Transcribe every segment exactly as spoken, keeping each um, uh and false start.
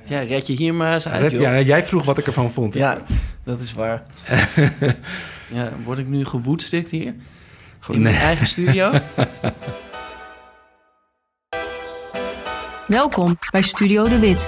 Ja, red je hier maar eens uit, Red, joh. ja, jij vroeg wat ik ervan vond. Ja, dat is waar. Ja, word ik nu gewoedstikt hier? Gewoon, in nee. mijn eigen studio? Welkom bij Studio De Wit.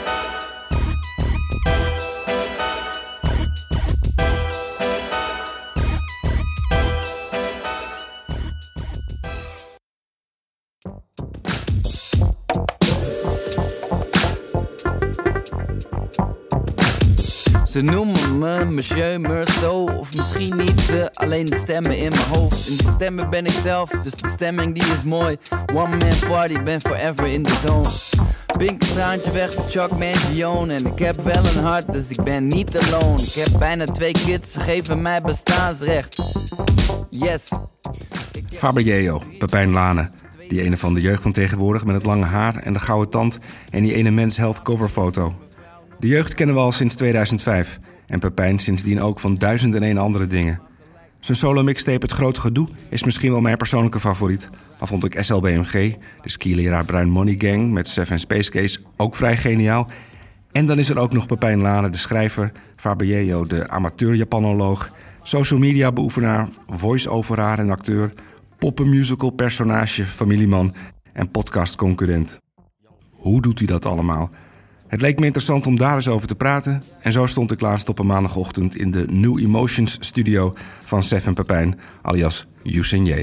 Ze noemen me Monsieur Meursault, of misschien niet, uh, alleen de stemmen in mijn hoofd. En die stemmen ben ik zelf, dus de stemming die is mooi. One man party, ben forever in the zone. Pink straantje weg voor Chuck Mangione. En ik heb wel een hart, dus ik ben niet alone. Ik heb bijna twee kids, ze geven mij bestaansrecht. Yes. Fabergé, Pepijn Lane. Die ene van de jeugd van tegenwoordig met het lange haar en de gouden tand. En die ene Men's Health coverfoto. De jeugd kennen we al sinds tweeduizend vijf. En Pepijn sindsdien ook van duizend en één andere dingen. Zijn solo mixtape Het Grote Gedoe is misschien wel mijn persoonlijke favoriet. Al vond ik S L B M G, de skileraar Bruin Money Gang met Sef en Space Case, ook vrij geniaal. En dan is er ook nog Pepijn Lane, de schrijver, Fabergé, de amateur-Japanoloog, social media beoefenaar, voice-overaar en acteur, poppenmusical personage, familieman en podcast-concurrent. Hoe doet hij dat allemaal? Het leek me interessant om daar eens over te praten. En zo stond ik laatst op een maandagochtend in de New Emotions studio van Sef en Pepijn, alias Youssef.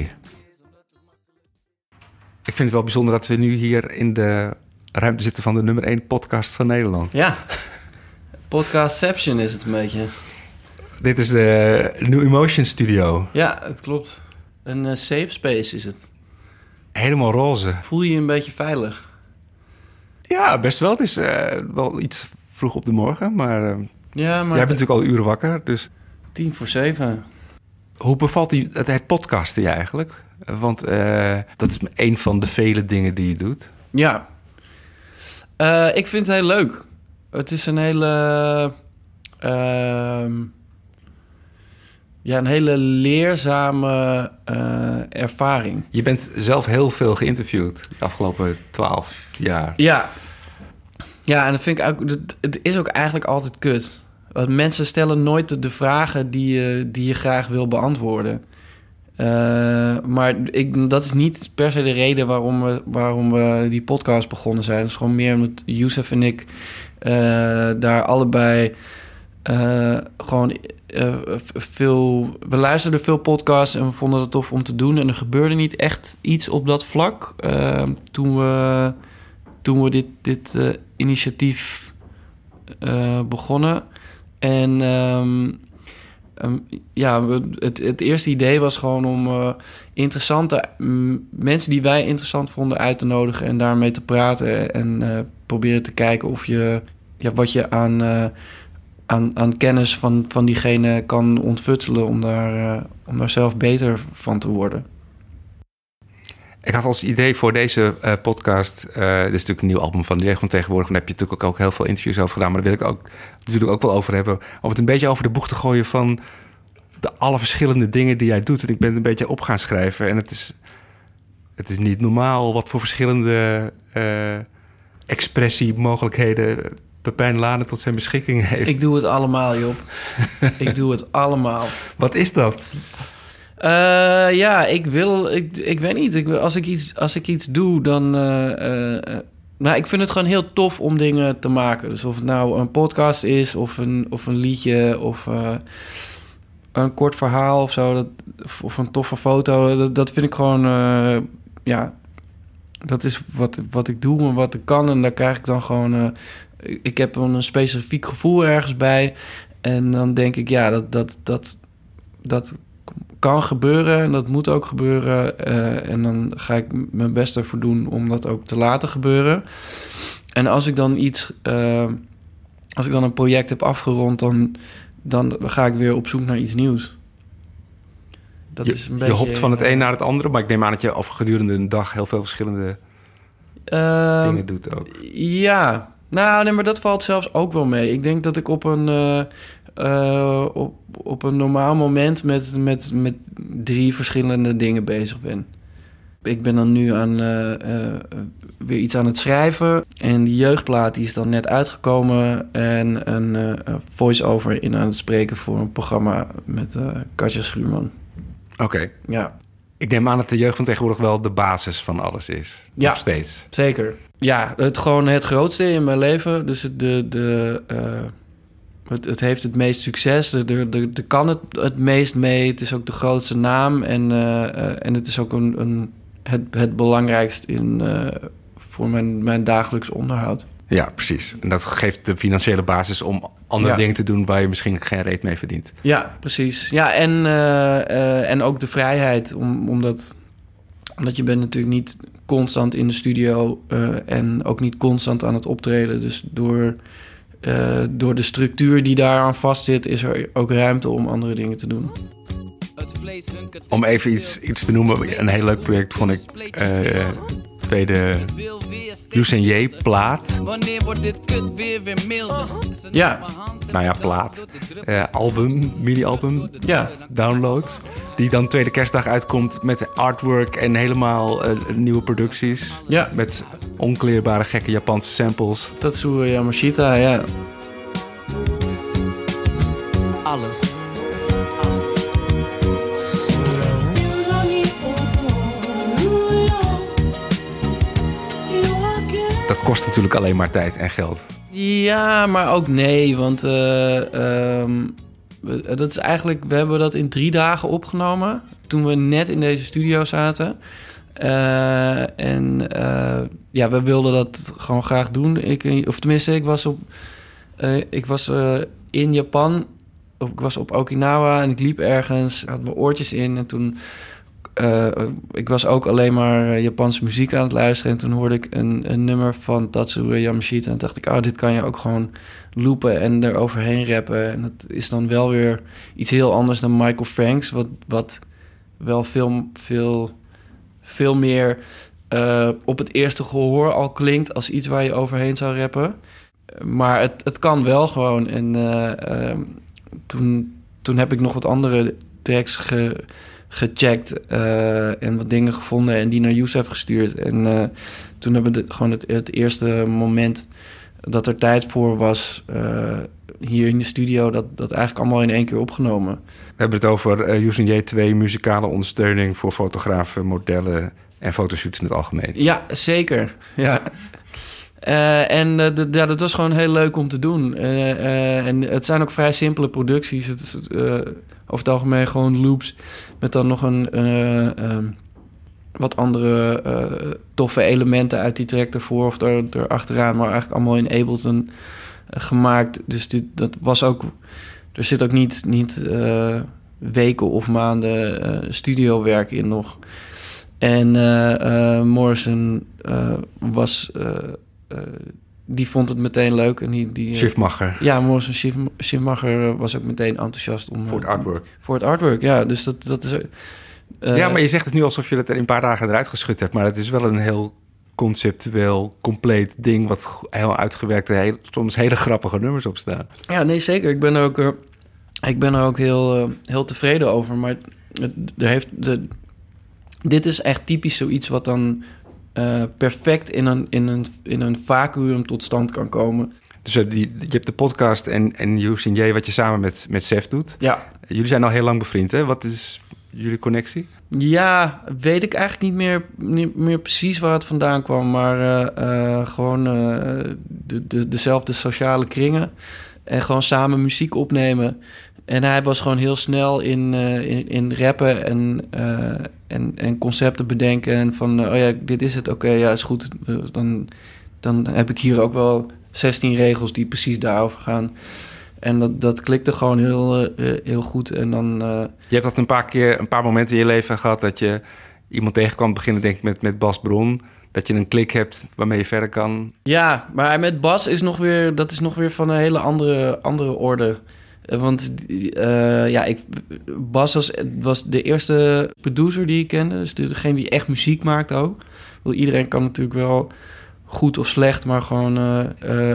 Ik vind het wel bijzonder dat we nu hier in de ruimte zitten van de nummer één podcast van Nederland. Ja, podcastception is het een beetje. Dit is de New Emotions studio. Ja, het klopt. Een uh, safe space is het. Helemaal roze. Voel je je een beetje veilig? Ja, best wel. Het is uh, wel iets vroeg op de morgen, maar, uh, ja, maar jij bent natuurlijk al uren wakker. Dus tien voor zeven. Hoe bevalt die, het, het podcasten je eigenlijk? Want uh, dat is een van de vele dingen die je doet. Ja. Uh, ik vind het heel leuk. Het is een hele... Uh, ja, een hele leerzame uh, ervaring. Je bent zelf heel veel geïnterviewd de afgelopen twaalf jaar. Ja. Ja, en dat vind ik ook... Het is ook eigenlijk altijd kut. Want mensen stellen nooit de vragen die je, die je graag wil beantwoorden. Uh, maar ik, dat is niet per se de reden waarom we, waarom we die podcast begonnen zijn. Het is gewoon meer omdat Youssef en ik uh, daar allebei uh, gewoon uh, veel... We luisterden veel podcasts en we vonden het tof om te doen. En er gebeurde niet echt iets op dat vlak uh, toen we, toen we dit, dit uh, initiatief uh, begonnen. En... Um, Um, ja, het, het eerste idee was gewoon om uh, interessante m- mensen die wij interessant vonden uit te nodigen en daarmee te praten en uh, proberen te kijken of je ja, wat je aan, uh, aan, aan kennis van, van diegene kan ontfutselen om daar, uh, om daar zelf beter van te worden. Ik had als idee voor deze uh, podcast... Uh, dit is natuurlijk een nieuw album van de jeugd van tegenwoordig... daar heb je natuurlijk ook heel veel interviews over gedaan... maar daar wil ik ook natuurlijk ook wel over hebben... om het een beetje over de boeg te gooien van... de alle verschillende dingen die jij doet. En ik ben het een beetje op gaan schrijven... en het is, het is niet normaal wat voor verschillende uh, expressiemogelijkheden... Pepijn Lane tot zijn beschikking heeft. Ik doe het allemaal, Job. Ik doe het allemaal. Wat is dat? Uh, ja, ik wil... Ik, ik weet niet. Ik, als, ik iets, als ik iets doe, dan... Uh, uh, nou, ik vind het gewoon heel tof om dingen te maken. Dus of het nou een podcast is... of een, of een liedje... of uh, een kort verhaal of zo... Dat, of een toffe foto... Dat, dat vind ik gewoon... Uh, ja, dat is wat, wat ik doe en wat ik kan. En daar krijg ik dan gewoon... Uh, ik heb een specifiek gevoel ergens bij. En dan denk ik... Ja, dat... dat, dat, dat kan gebeuren en dat moet ook gebeuren. Uh, en dan ga ik mijn best ervoor doen om dat ook te laten gebeuren. En als ik dan iets... Uh, als ik dan een project heb afgerond... dan, dan ga ik weer op zoek naar iets nieuws. Dat je, is een je beetje, hopt van het uh, een naar het andere... maar ik neem aan dat je af gedurende een dag... heel veel verschillende uh, dingen doet ook. Ja, nou, nee, maar dat valt zelfs ook wel mee. Ik denk dat ik op een... Uh, Uh, op, op een normaal moment met, met, met drie verschillende dingen bezig ben. ik ben dan nu aan uh, uh, weer iets aan het schrijven. En die jeugdplaat die is dan net uitgekomen. En een uh, voice-over in aan het spreken voor een programma met uh, Katja Schuurman. Oké. Okay. Ja. Ik neem aan dat de jeugd van tegenwoordig wel de basis van alles is. Ja, nog steeds. Zeker. Ja, het gewoon het grootste in mijn leven. Dus de... de uh, Het, het heeft het meest succes, er, er, er kan het het meest mee. Het is ook de grootste naam en, uh, uh, en het is ook een, een, het, het belangrijkst in, uh, voor mijn, mijn dagelijks onderhoud. Ja, precies. En dat geeft de financiële basis om andere ja. dingen te doen waar je misschien geen reet mee verdient. Ja, precies. Ja, en, uh, uh, en ook de vrijheid, om, omdat, omdat je bent natuurlijk niet constant in de studio uh, en ook niet constant aan het optreden. Dus door... Uh, door de structuur die daaraan vastzit, is er ook ruimte om andere dingen te doen. Om even iets, iets te noemen, een heel leuk project vond ik uh, tweede Youssou N'Jeh plaat. Ja. Nou ja, plaat. Uh, album, mini-album. Ja. Download. Die dan tweede kerstdag uitkomt met artwork en helemaal uh, nieuwe producties. Ja. Met onkleerbare gekke Japanse samples. Tatsuya Yamashita, ja. Alles. Dat kost natuurlijk alleen maar tijd en geld. Ja, maar ook nee, want uh, um, dat is eigenlijk, we hebben dat in drie dagen opgenomen toen we net in deze studio zaten. Uh, en uh, ja, we wilden dat gewoon graag doen. Ik, of tenminste, ik was op, uh, ik was uh, in Japan. Ik was op Okinawa en ik liep ergens, had mijn oortjes in en toen. Uh, ik was ook alleen maar Japanse muziek aan het luisteren. En toen hoorde ik een, een nummer van Tatsuya Yamashita. En dacht ik, oh, dit kan je ook gewoon loopen en er overheen rappen. En dat is dan wel weer iets heel anders dan Michael Franks. Wat, wat wel veel, veel, veel meer uh, op het eerste gehoor al klinkt als iets waar je overheen zou rappen. Maar het, het kan wel gewoon. En uh, uh, toen, toen heb ik nog wat andere tracks ge... gecheckt uh, en wat dingen gevonden en die naar Youssef gestuurd. En uh, toen hebben we gewoon het, het eerste moment dat er tijd voor was uh, hier in de studio, dat, dat eigenlijk allemaal in één keer opgenomen. We hebben het over uh, Youssou N'Jeh twee, muzikale ondersteuning voor fotografen, modellen en fotoshoots in het algemeen. Ja, zeker. Ja. Uh, en uh, d- ja, dat was gewoon heel leuk om te doen. Uh, uh, en het zijn ook vrij simpele producties. Het is uh, over het algemeen gewoon loops met dan nog een uh, um, wat andere uh, toffe elementen uit die track ervoor of er, erachteraan, maar eigenlijk allemaal in Ableton uh, gemaakt. Dus dit, dat was ook. Er zit ook niet, niet uh, weken of maanden uh, studiowerk in nog. En uh, uh, Morrison uh, was. Uh, Uh, die vond het meteen leuk. En die, die, Schiffmacher. Uh, ja, Morrison Schiff, Schiffmacher was ook meteen enthousiast om... Voor het artwork. Uh, voor het artwork, ja. Dus dat, dat is... Uh, ja, maar je zegt het nu alsof je het er in een paar dagen eruit geschud hebt. Maar het is wel een heel conceptueel, compleet ding... wat heel uitgewerkte, heel, soms hele grappige nummers op staan. Ja, nee, zeker. Ik ben er ook, uh, ik ben er ook heel, uh, heel tevreden over. Maar het, er heeft... De, dit is echt typisch zoiets wat dan... Uh, perfect in een, in, een, in een vacuüm tot stand kan komen. Dus uh, die, je hebt de podcast en, en Youssou N'Jeh wat je samen met, met Sef doet. Ja. Jullie zijn al heel lang bevriend, hè? Wat is jullie connectie? Ja, weet ik eigenlijk niet meer, niet meer precies waar het vandaan kwam. Maar uh, uh, gewoon uh, de, de, dezelfde sociale kringen. En gewoon samen muziek opnemen. En hij was gewoon heel snel in, uh, in, in rappen en, uh, en, en concepten bedenken. En van, uh, oh ja, dit is het, oké, okay, ja, is goed. Dan, dan heb ik hier ook wel zestien regels die precies daarover gaan. En dat, dat klikte gewoon heel, uh, heel goed. En dan, uh... Je hebt dat een paar keer, een paar momenten in je leven gehad... dat je iemand tegenkwam, beginnen denk ik met, met Bas Bron... dat je een klik hebt waarmee je verder kan. Ja, maar met Bas is nog weer, dat is nog weer van een hele andere, andere orde... Want uh, ja, ik, Bas was, was de eerste producer die ik kende. Dus degene die echt muziek maakt ook. Want iedereen kan natuurlijk wel goed of slecht, maar gewoon uh, uh,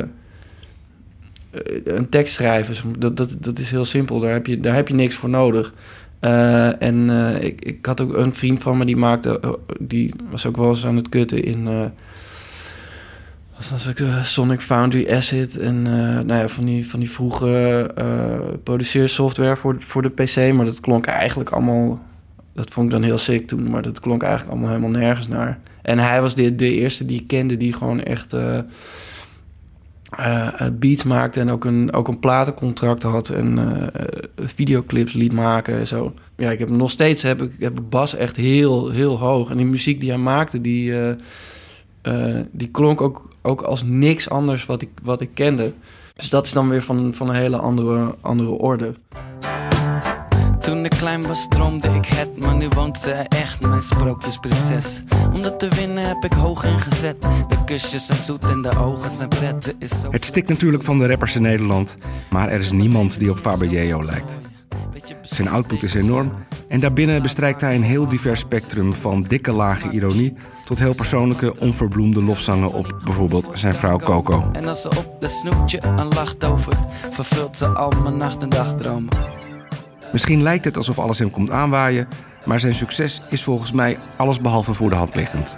een tekst schrijven. Dat, dat, dat is heel simpel. Daar heb je, daar heb je niks voor nodig. Uh, en uh, ik, ik had ook een vriend van me die maakte... Uh, die was ook wel eens aan het kutten in... Uh, wat was het? Uh, Sonic Foundry Acid. En uh, nou ja, van die, van die vroege uh, produceersoftware voor, voor de P C. Maar dat klonk eigenlijk allemaal... Dat vond ik dan heel sick toen. Maar dat klonk eigenlijk allemaal helemaal nergens naar. En hij was de, de eerste die ik kende die gewoon echt... Uh, Uh, beats maakte en ook een, ook een platencontract had en uh, videoclips liet maken en zo. Ja, ik heb nog steeds heb ik heb Bas echt heel, heel hoog. En die muziek die hij maakte, die, uh, uh, die klonk ook, ook als niks anders wat ik, wat ik kende. Dus dat is dan weer van, van een hele andere, andere orde. Toen ik klein was droomde ik het, maar nu woont ze echt, mijn sprookjesprinses. Om dat te winnen heb ik hoog ingezet. De kusjes zijn zoet en de ogen zijn pret. Ze is zo... Het stikt natuurlijk van de rappers in Nederland, maar er is niemand die op Fabio lijkt. Zijn output is enorm en daarbinnen bestrijkt hij een heel divers spectrum van dikke lagen ironie tot heel persoonlijke, onverbloemde lofzangen op bijvoorbeeld zijn vrouw Coco. En als ze op de snoetje een lacht over, vervult ze al mijn nacht- en dagdromen. Misschien lijkt het alsof alles hem komt aanwaaien, maar zijn succes is volgens mij allesbehalve voor de hand liggend.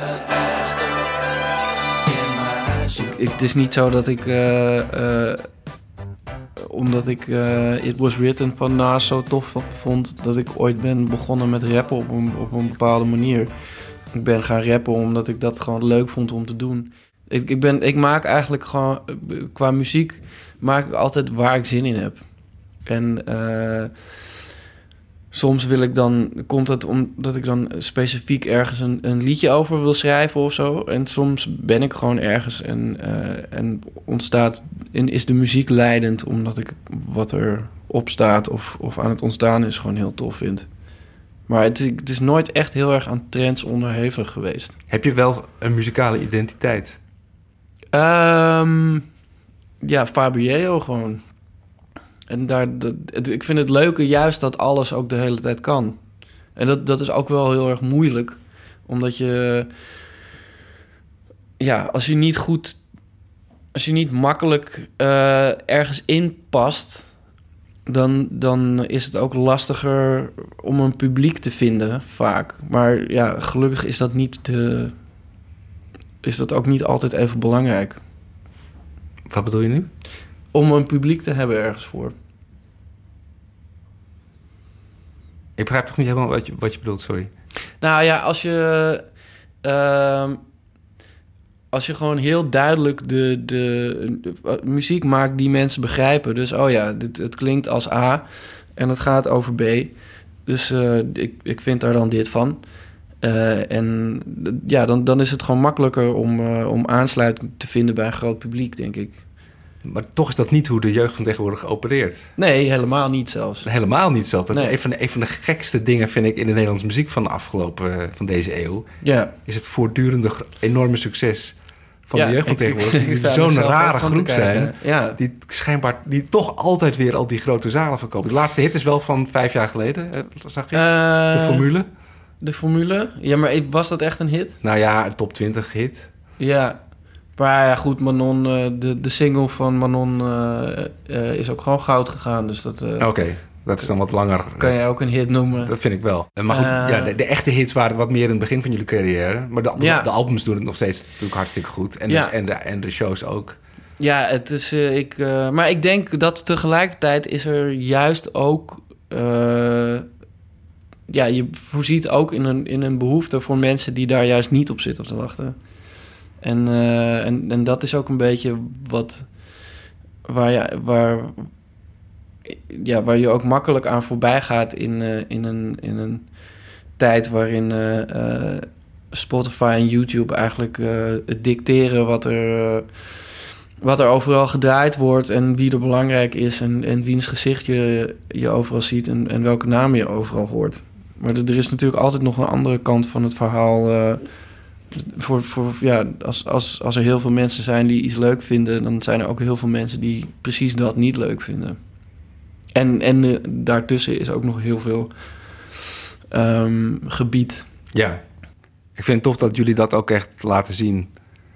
Ik, het is niet zo dat ik, uh, uh, omdat ik uh, It Was Written van Nas zo tof vond, dat ik ooit ben begonnen met rappen op een, op een bepaalde manier. Ik ben gaan rappen omdat ik dat gewoon leuk vond om te doen. Ik, ik, ben, ik maak eigenlijk gewoon, qua muziek, maak ik altijd waar ik zin in heb. En uh, soms wil ik dan, komt het omdat ik dan specifiek ergens een, een liedje over wil schrijven of zo. En soms ben ik gewoon ergens en, uh, en ontstaat, en is de muziek leidend omdat ik wat er op staat of, of aan het ontstaan is gewoon heel tof vind. Maar het, het is nooit echt heel erg aan trends onderhevig geweest. Heb je wel een muzikale identiteit? Um, ja, Fabio gewoon. En daar, dat, het, ik vind het leuke juist dat alles ook de hele tijd kan. En dat, dat is ook wel heel erg moeilijk. Omdat je... Ja, als je niet goed... Als je niet makkelijk uh, ergens in past... Dan, dan is het ook lastiger om een publiek te vinden, vaak. Maar ja, gelukkig is dat niet de... Is dat ook niet altijd even belangrijk. Wat bedoel je nu? Om een publiek te hebben ergens voor. Ik begrijp toch niet helemaal wat je, wat je bedoelt, sorry. Nou ja, als je... Uh, als je gewoon heel duidelijk de, de, de muziek maakt die mensen begrijpen. Dus, oh ja, dit, het klinkt als A en het gaat over B. Dus uh, ik, ik vind daar dan dit van. Uh, en ja, dan, dan is het gewoon makkelijker om, uh, om aansluiting te vinden bij een groot publiek, denk ik. Maar toch is dat niet hoe de jeugd van tegenwoordig opereert. Nee, helemaal niet zelfs. Helemaal niet zelfs. Dat nee. is een van, de, een van de gekste dingen, vind ik, in de Nederlandse muziek van de afgelopen, van deze eeuw. Ja. Is het voortdurende enorme succes van ja, de jeugd van ik, tegenwoordig. Ik, ik, die zo'n rare groep zijn. Ja. Die schijnbaar, die toch altijd weer al die grote zalen verkopen. De laatste hit is wel van vijf jaar geleden, zag je? Uh, de Formule. De Formule? Ja, maar was dat echt een hit? Nou ja, een top twintig hit. Ja. Maar ja, goed, Manon, de, de single van Manon uh, uh, is ook gewoon goud gegaan. Dus dat... Uh, Oké, okay, dat is dan wat langer. Kan je ook een hit noemen. Dat vind ik wel. Maar goed, uh, ja, de, de echte hits waren wat meer in het begin van jullie carrière. Maar de, ja. de albums doen het nog steeds natuurlijk hartstikke goed. En, ja. de, en, de, en de shows ook. Ja, het is... Uh, ik, uh, maar ik denk dat tegelijkertijd is er juist ook... Uh, ja, je voorziet ook in een, in een behoefte voor mensen die daar juist niet op zitten te wachten. En, uh, en, en dat is ook een beetje wat... Waar je, waar, ja, waar je ook makkelijk aan voorbij gaat in, uh, in, een, in een tijd waarin uh, uh, Spotify en YouTube eigenlijk uh, het dicteren wat er, uh, wat er overal gedraaid wordt en wie er belangrijk is en, en wiens gezicht je, je overal ziet en, en welke naam je overal hoort. Maar er is natuurlijk altijd nog een andere kant van het verhaal. Uh, voor, voor, ja, als, als, als er heel veel mensen zijn die iets leuk vinden, dan zijn er ook heel veel mensen die precies dat niet leuk vinden. En, en uh, daartussen is ook nog heel veel um, gebied. Ja, ik vind het tof dat jullie dat ook echt laten zien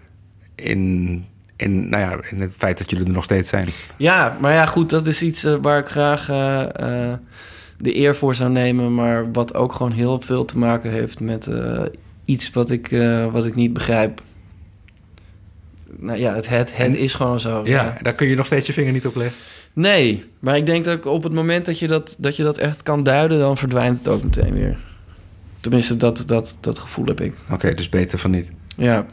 in, in, nou ja, in het feit dat jullie er nog steeds zijn. Ja, maar ja, goed, dat is iets uh, waar ik graag... Uh, uh, de eer voor zou nemen, maar wat ook gewoon heel veel te maken heeft met uh, iets wat ik, uh, wat ik niet begrijp. Nou ja, het, het, het is gewoon zo. Ja, ja, daar kun je nog steeds je vinger niet op leggen. Nee, maar ik denk dat ik op het moment dat je dat, dat je dat echt kan duiden, dan verdwijnt het ook meteen weer. Tenminste, dat, dat, dat gevoel heb ik. Oké, okay, dus beter van niet. Ja.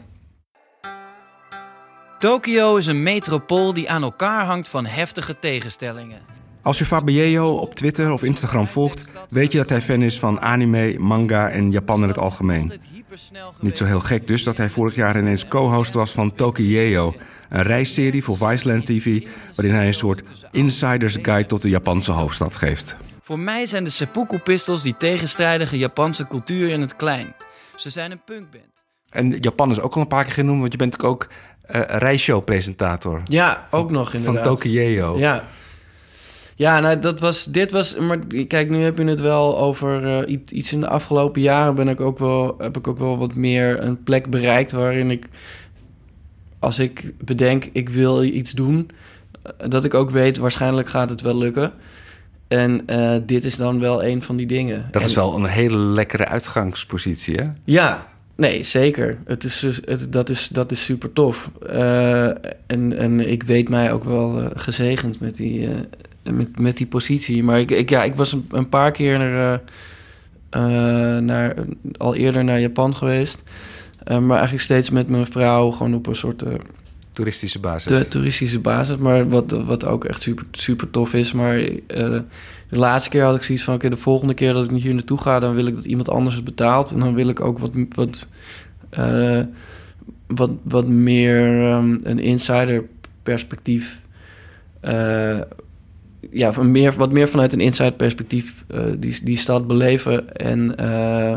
Tokio is een metropool die aan elkaar hangt van heftige tegenstellingen. Als je Fabio op Twitter of Instagram volgt, weet je dat hij fan is van anime, manga en Japan in het algemeen. Niet zo heel gek dus dat hij vorig jaar ineens co-host was van Tokyo, een reisserie voor Viceland T V, waarin hij een soort insiders guide tot de Japanse hoofdstad geeft. Voor mij zijn de Seppuku Pistols die tegenstrijdige Japanse cultuur in het klein. Ze zijn een punkband. En Japan is ook al een paar keer genoemd, want je bent ook uh, reisshow-presentator. Ja, ook nog inderdaad. Van Tokyo. Ja. Ja, nou, dat was, dit was... Maar kijk, nu heb je het wel over uh, iets in de afgelopen jaren... Ben ik ook wel, heb ik ook wel wat meer een plek bereikt waarin ik... Als ik bedenk, ik wil iets doen... dat ik ook weet, waarschijnlijk gaat het wel lukken. En uh, dit is dan wel een van die dingen. Dat en, is wel een hele lekkere uitgangspositie, hè? Ja, nee, zeker. Het is, het, dat, is, dat is super tof. Uh, en, en ik weet mij ook wel uh, gezegend met die... Uh, Met, met die positie. Maar ik, ik, ja, ik was een, een paar keer naar, uh, naar, al eerder naar Japan geweest. Uh, maar eigenlijk steeds met mijn vrouw gewoon op een soort... Uh, toeristische basis. De toeristische basis, maar wat, wat ook echt super, super tof is. Maar uh, de laatste keer had ik zoiets van... oké, okay, de volgende keer dat ik hier naartoe ga... dan wil ik dat iemand anders het betaalt. En dan wil ik ook wat... wat uh, wat, wat meer um, een insider perspectief... Uh, ja, van meer, wat meer vanuit een inside perspectief uh, die, die stad beleven. En uh,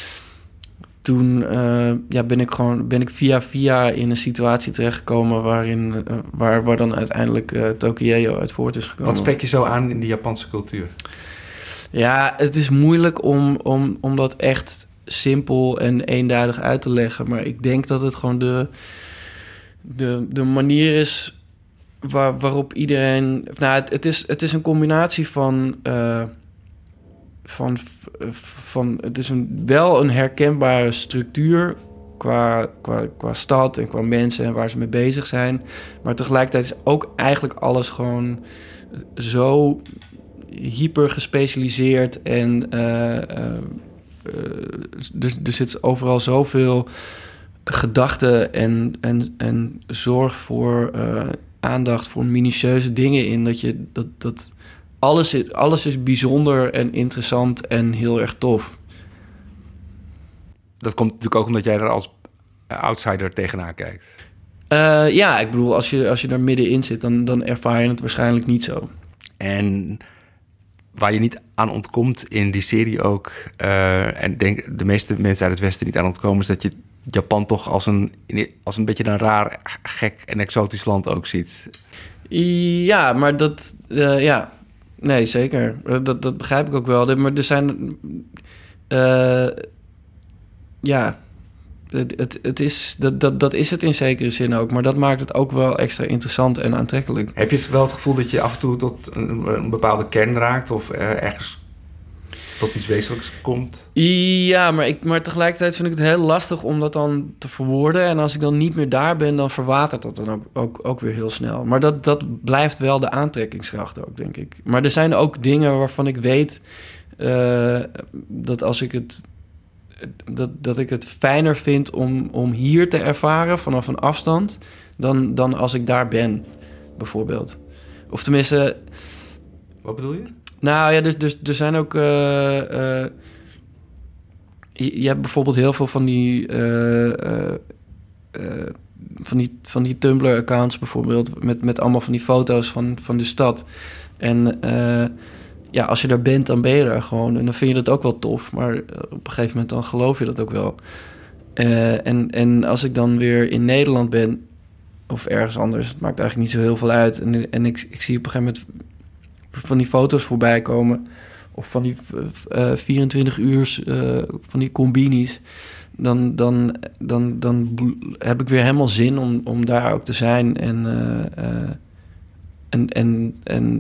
toen uh, ja, ben ik gewoon ben ik via via in een situatie terechtgekomen waarin uh, waar, waar dan uiteindelijk uh, Tokyo uit voort is gekomen. Wat spreek je zo aan in de Japanse cultuur? Ja, het is moeilijk om, om, om dat echt simpel en eenduidig uit te leggen. Maar ik denk dat het gewoon de, de, de manier is... Waar, waarop iedereen... Nou, het, het, is, het is een combinatie van... Uh, van, van het is een, wel een herkenbare structuur... Qua, qua, qua stad en qua mensen en waar ze mee bezig zijn. Maar tegelijkertijd is ook eigenlijk alles gewoon... zo hyper gespecialiseerd... en uh, uh, uh, er, er zit overal zoveel gedachten... en, en, en zorg voor... Uh, aandacht voor minutieuze dingen in... dat je dat, dat alles, is, alles is bijzonder en interessant en heel erg tof. Dat komt natuurlijk ook omdat jij er als outsider tegenaan kijkt. Uh, ja, ik bedoel, als je, als je daar middenin zit... Dan, dan ervaar je het waarschijnlijk niet zo. En waar je niet aan ontkomt in die serie ook... Uh, en denk de meeste mensen uit het Westen niet aan ontkomen... is dat je Japan toch als een, als een beetje een raar, gek en exotisch land ook ziet. Ja, maar dat... Uh, ja, nee, zeker. Dat, dat begrijp ik ook wel. Maar er zijn... Uh, ja, het, het, het is, dat, dat, dat is het in zekere zin ook. Maar dat maakt het ook wel extra interessant en aantrekkelijk. Heb je wel het gevoel dat je af en toe tot een, een bepaalde kern raakt... of uh, ergens... tot iets wezenlijks komt? Ja, maar, ik, maar tegelijkertijd vind ik het heel lastig om dat dan te verwoorden. En als ik dan niet meer daar ben, dan verwatert dat dan ook, ook, ook weer heel snel. Maar dat, dat blijft wel de aantrekkingskracht ook, denk ik. Maar er zijn ook dingen waarvan ik weet... Uh, dat als ik het... Dat, dat ik het fijner vind om, om hier te ervaren vanaf een afstand... Dan, dan als ik daar ben, bijvoorbeeld. Of tenminste... Wat bedoel je? Nou ja, dus, dus er zijn ook... Uh, uh, je, je hebt bijvoorbeeld heel veel van die... Uh, uh, uh, van die, van die Tumblr-accounts bijvoorbeeld... met, met allemaal van die foto's van, van de stad. En uh, ja, als je daar bent, dan ben je daar gewoon. En dan vind je dat ook wel tof. Maar op een gegeven moment dan geloof je dat ook wel. Uh, en, en als ik dan weer in Nederland ben... of ergens anders, het maakt eigenlijk niet zo heel veel uit. En, en ik, ik zie op een gegeven moment... van die foto's voorbij komen... of van die uh, vierentwintig uur uh, van die combinis... Dan, dan, dan, dan heb ik weer helemaal zin om, om daar ook te zijn... en, uh, uh, en, en, en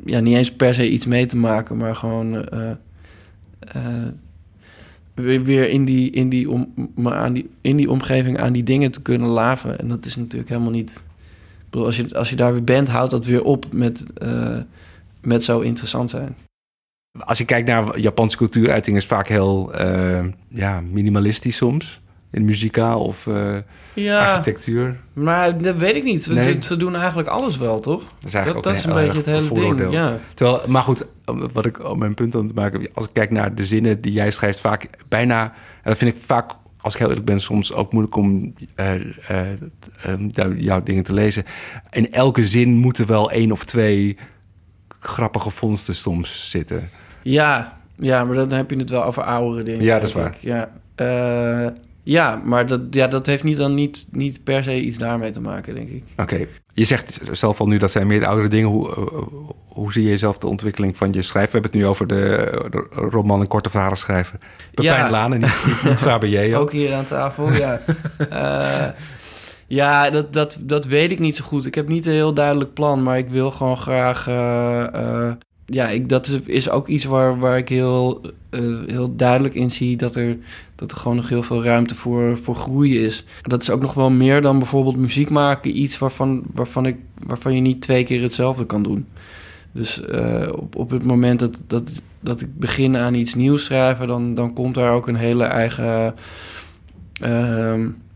ja, niet eens per se iets mee te maken, maar gewoon uh, uh, weer, weer in die, in die, om, maar aan die, in die omgeving aan die dingen te kunnen laven. En dat is natuurlijk helemaal niet... Ik bedoel, als je, als je daar weer bent, houdt dat weer op met, uh, met zo interessant zijn. Als je kijkt naar Japanse cultuuruiting, is vaak heel uh, ja, minimalistisch soms. In muzikaal of uh, ja, architectuur. Maar dat weet ik niet. Nee. Ze doen eigenlijk alles wel, toch? Dat is, eigenlijk dat, dat is een beetje het hele vooroordeel. ding. Ja. Terwijl, maar goed, wat ik op mijn punt aan te maken heb... als ik kijk naar de zinnen die jij schrijft, vaak bijna... en dat vind ik vaak, als ik heel eerlijk ben, soms ook moeilijk om uh, uh, uh, jouw dingen te lezen. In elke zin moeten wel één of twee grappige vondsten soms zitten. Ja, ja, maar dan heb je het wel over oudere dingen. Ja, dat is waar. Ja, uh, ja, maar dat, ja, dat heeft niet dan niet, niet per se iets daarmee te maken, denk ik. Oké. Okay. Je zegt zelf al nu, dat zijn meer de oudere dingen. Hoe, uh, hoe zie je zelf de ontwikkeling van je schrijven? We hebben het nu over de, de roman en korte verhalen schrijven. Pepijn ja. Lane, niet, niet, niet Faber Ook hier aan tafel, ja. uh, ja, dat, dat, dat weet ik niet zo goed. Ik heb niet een heel duidelijk plan, maar ik wil gewoon graag... Uh, uh, ja, ik, dat is ook iets waar, waar ik heel, uh, heel duidelijk in zie... Dat er, dat er gewoon nog heel veel ruimte voor, voor groei is. Dat is ook nog wel meer dan bijvoorbeeld muziek maken. Iets waarvan, waarvan, ik, waarvan je niet twee keer hetzelfde kan doen. Dus uh, op, op het moment dat, dat, dat ik begin aan iets nieuws schrijven... dan, dan komt daar ook een hele eigen... Uh,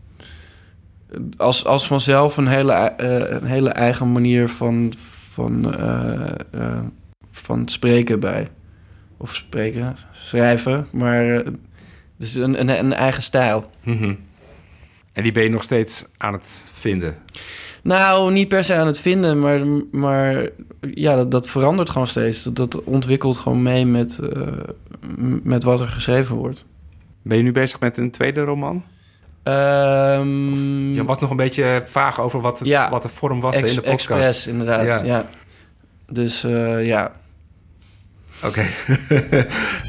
als, als vanzelf een hele, uh, een hele eigen manier van... van uh, uh, van spreken bij. Of spreken, schrijven. Maar uh, dus een, een, een eigen stijl. Mm-hmm. En die ben je nog steeds aan het vinden? Nou, niet per se aan het vinden, maar, maar ja, dat, dat verandert gewoon steeds. Dat, dat ontwikkelt gewoon mee met, uh, met wat er geschreven wordt. Ben je nu bezig met een tweede roman? Um, je was nog een beetje vaag over wat, het, ja, wat de vorm was ex, in de podcast. Express, inderdaad. Ja. Ja. Dus uh, ja... Oké. Okay.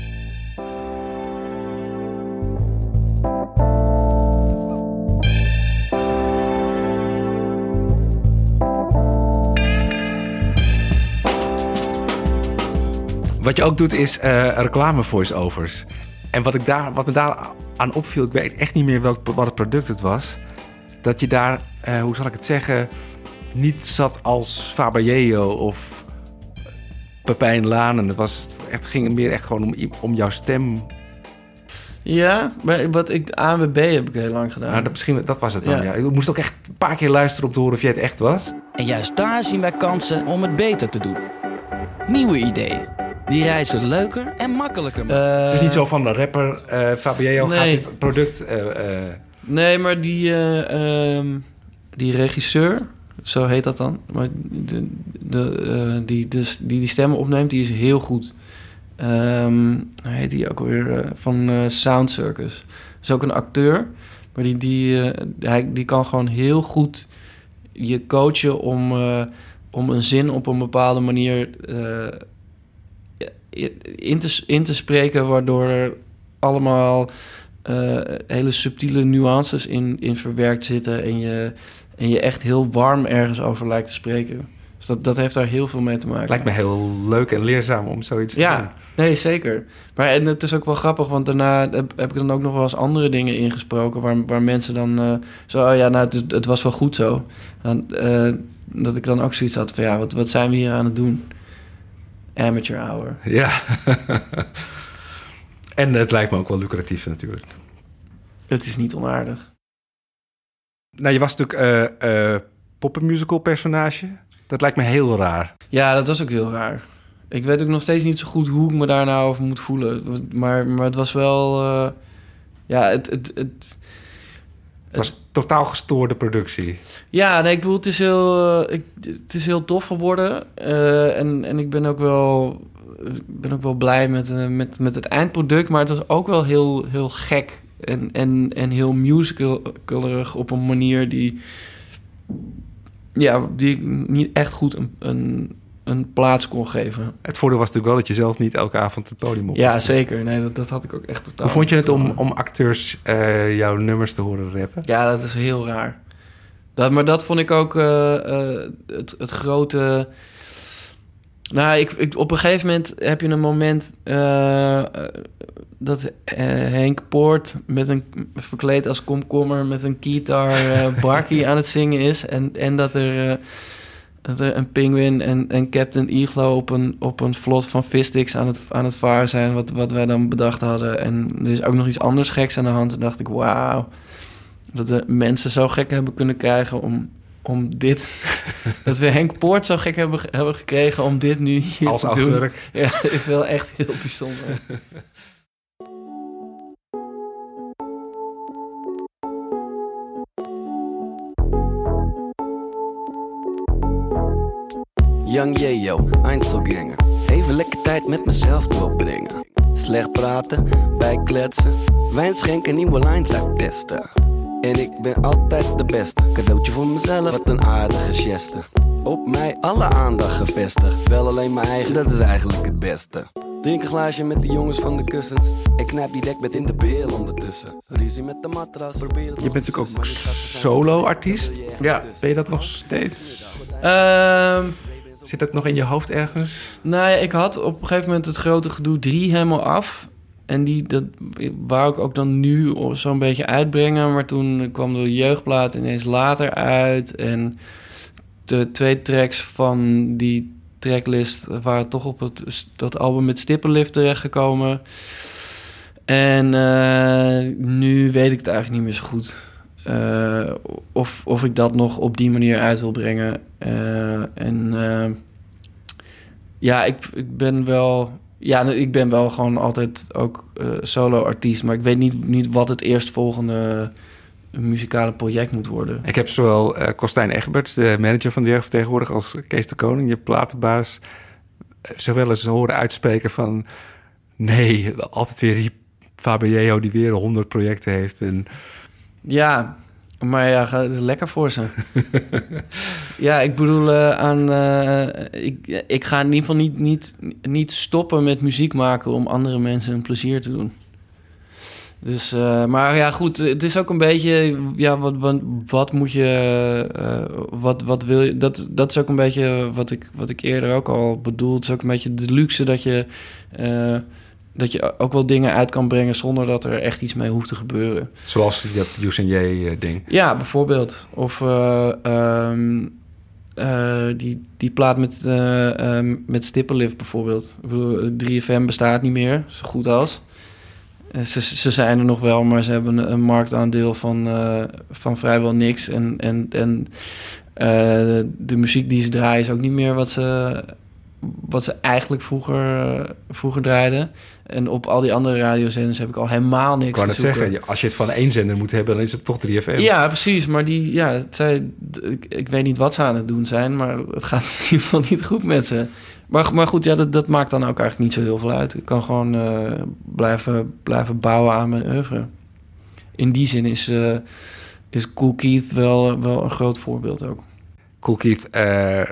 Wat je ook doet is uh, reclame voice-overs. En wat, ik daar, wat me daar aan opviel, ik weet echt niet meer welk, wat het product het was... dat je daar, uh, hoe zal ik het zeggen... niet zat als Faber of... Pepijn Lane, het was echt, ging meer echt gewoon om, om jouw stem. Ja, maar wat ik A W B heb ik heel lang gedaan. Nou, dat, misschien, dat was het dan, ja. ja. Ik moest ook echt een paar keer luisteren om te horen of jij het echt was. En juist daar zien wij kansen om het beter te doen. Nieuwe ideeën. Die reizen leuker en makkelijker maken. Uh, het is niet zo van de rapper uh, Fabiello nee. gaat dit product... Uh, uh... Nee, maar die, uh, um, die regisseur... Zo heet dat dan. Maar de, de, uh, die, dus, die die stemmen opneemt, die is heel goed. Um, hij heet die ook alweer uh, van uh, Sound Circus. Is ook een acteur. Maar die, die, uh, hij, die kan gewoon heel goed je coachen om, uh, om een zin op een bepaalde manier uh, in, te, in te spreken, waardoor er allemaal uh, hele subtiele nuances in, in verwerkt zitten en je... En je echt heel warm ergens over lijkt te spreken. Dus dat, dat heeft daar heel veel mee te maken. Lijkt me heel leuk en leerzaam om zoiets te ja, doen. Ja, nee, zeker. Maar en het is ook wel grappig, want daarna heb, heb ik dan ook nog wel eens andere dingen ingesproken... waar, waar mensen dan uh, zo, oh ja, nou, het, het was wel goed zo. Dan, uh, dat ik dan ook zoiets had van, ja, wat, wat zijn we hier aan het doen? Amateur hour. Ja. En het lijkt me ook wel lucratief natuurlijk. Het is niet onaardig. Nou, je was natuurlijk uh, uh, poppenmusical personage. Dat lijkt me heel raar. Ja, dat was ook heel raar. Ik weet ook nog steeds niet zo goed hoe ik me daar nou over moet voelen. Maar, maar het was wel... Uh, ja, het... het, het Het was het, totaal gestoorde productie. Ja, nee, ik bedoel, het is heel, uh, ik, het is heel tof geworden. Uh, en, en ik ben ook wel, ben ook wel blij met, uh, met, met het eindproduct. Maar het was ook wel heel, heel gek... En, en, en heel musicalig op een manier die... Ja, die ik niet echt goed een, een, een plaats kon geven. Het voordeel was natuurlijk wel dat je zelf niet elke avond het podium op. Ja, zeker. Nee, dat, dat had ik ook echt totaal. Hoe vond je het om, om acteurs uh, jouw nummers te horen rappen? Ja, dat is heel raar. Dat, maar dat vond ik ook uh, uh, het, het grote... Nou, ik, ik, op een gegeven moment heb je een moment uh, dat uh, Henk Poort met een verkleed als komkommer met een gitaar uh, Barkie aan het zingen is en, en dat er uh, dat er een pinguïn en, en Captain Iglo op een, op een vlot van vissticks aan het, aan het varen zijn, wat, wat wij dan bedacht hadden. En er is ook nog iets anders geks aan de hand. En dacht ik, wauw, dat de mensen zo gek hebben kunnen krijgen om, om dit... dat we Henk Poort zo gek hebben, hebben gekregen om dit nu hier als te afwerk. doen. Ja, is wel echt heel bijzonder. Young Yeo, Einzelganger. Even lekker tijd met mezelf doorbrengen. Slecht praten, bijkletsen. Wijn schenken, nieuwe lines uittesten. En ik ben altijd de beste. Cadeautje voor mezelf, wat een aardige geste. Op mij alle aandacht gevestigd. Wel alleen mijn eigen, dat is eigenlijk het beste. Drink een glaasje met de jongens van de kussens. En knijp die dekbed in de beel ondertussen. Ruzie met de matras. Probeer het Je bent natuurlijk ook solo-artiest. Ja. Ben je dat nog steeds? Um, Zit dat nog in je hoofd ergens? Nou ja, ik had op een gegeven moment het grote gedoe drie helemaal af. En die dat wou ik ook dan nu zo'n beetje uitbrengen. Maar toen kwam de jeugdplaat ineens later uit. En de twee tracks van die tracklist waren toch op het, dat album met Stippenlift terechtgekomen. En uh, nu weet ik het eigenlijk niet meer zo goed. Uh, of, of ik dat nog op die manier uit wil brengen. Uh, en uh, ja, ik, ik ben wel... Ja, ik ben wel gewoon altijd ook uh, solo-artiest. Maar ik weet niet, niet wat het eerstvolgende muzikale project moet worden. Ik heb zowel uh, Kostijn Egberts, de manager van de jeugdvertegenwoordiger, als Kees de Koning, je platenbaas, zowel eens horen uitspreken van... nee, altijd weer die Fabio die weer honderd projecten heeft. En... Ja, maar ja, het is lekker voor ze. Ja, ik bedoel, uh, aan, uh, ik, ik ga in ieder geval niet, niet, niet stoppen met muziek maken om andere mensen een plezier te doen. Dus, uh, maar ja, goed, het is ook een beetje, ja, wat, wat, wat moet je, uh, wat, wat wil je, dat, dat is ook een beetje wat ik, wat ik eerder ook al bedoel. Het is ook een beetje de luxe dat je, uh, dat je ook wel dingen uit kan brengen zonder dat er echt iets mee hoeft te gebeuren. Zoals dat Use and J ding. Ja, bijvoorbeeld. Of uh, um, uh, die, die plaat met, uh, um, met Stippenlift bijvoorbeeld. Ik bedoel, drie F M bestaat niet meer, zo goed als. Ze, ze zijn er nog wel, maar ze hebben een, een marktaandeel van, uh, van vrijwel niks. En, en, en uh, de muziek die ze draaien is ook niet meer wat ze, wat ze eigenlijk vroeger, uh, vroeger draaiden. En op al die andere radiozenders heb ik al helemaal niks Ik kan te het zoeken. zeggen, als je het van één zender moet hebben, dan is het toch drie F M. Ja, precies. Maar die, ja, het zei, ik, ik weet niet wat ze aan het doen zijn, maar het gaat in ieder geval niet goed met ze. Maar, maar goed, ja, dat, dat maakt dan ook eigenlijk niet zo heel veel uit. Ik kan gewoon uh, blijven, blijven bouwen aan mijn oeuvre. In die zin is, uh, is Kool Keith wel, wel een groot voorbeeld ook. Kool Keith, uh,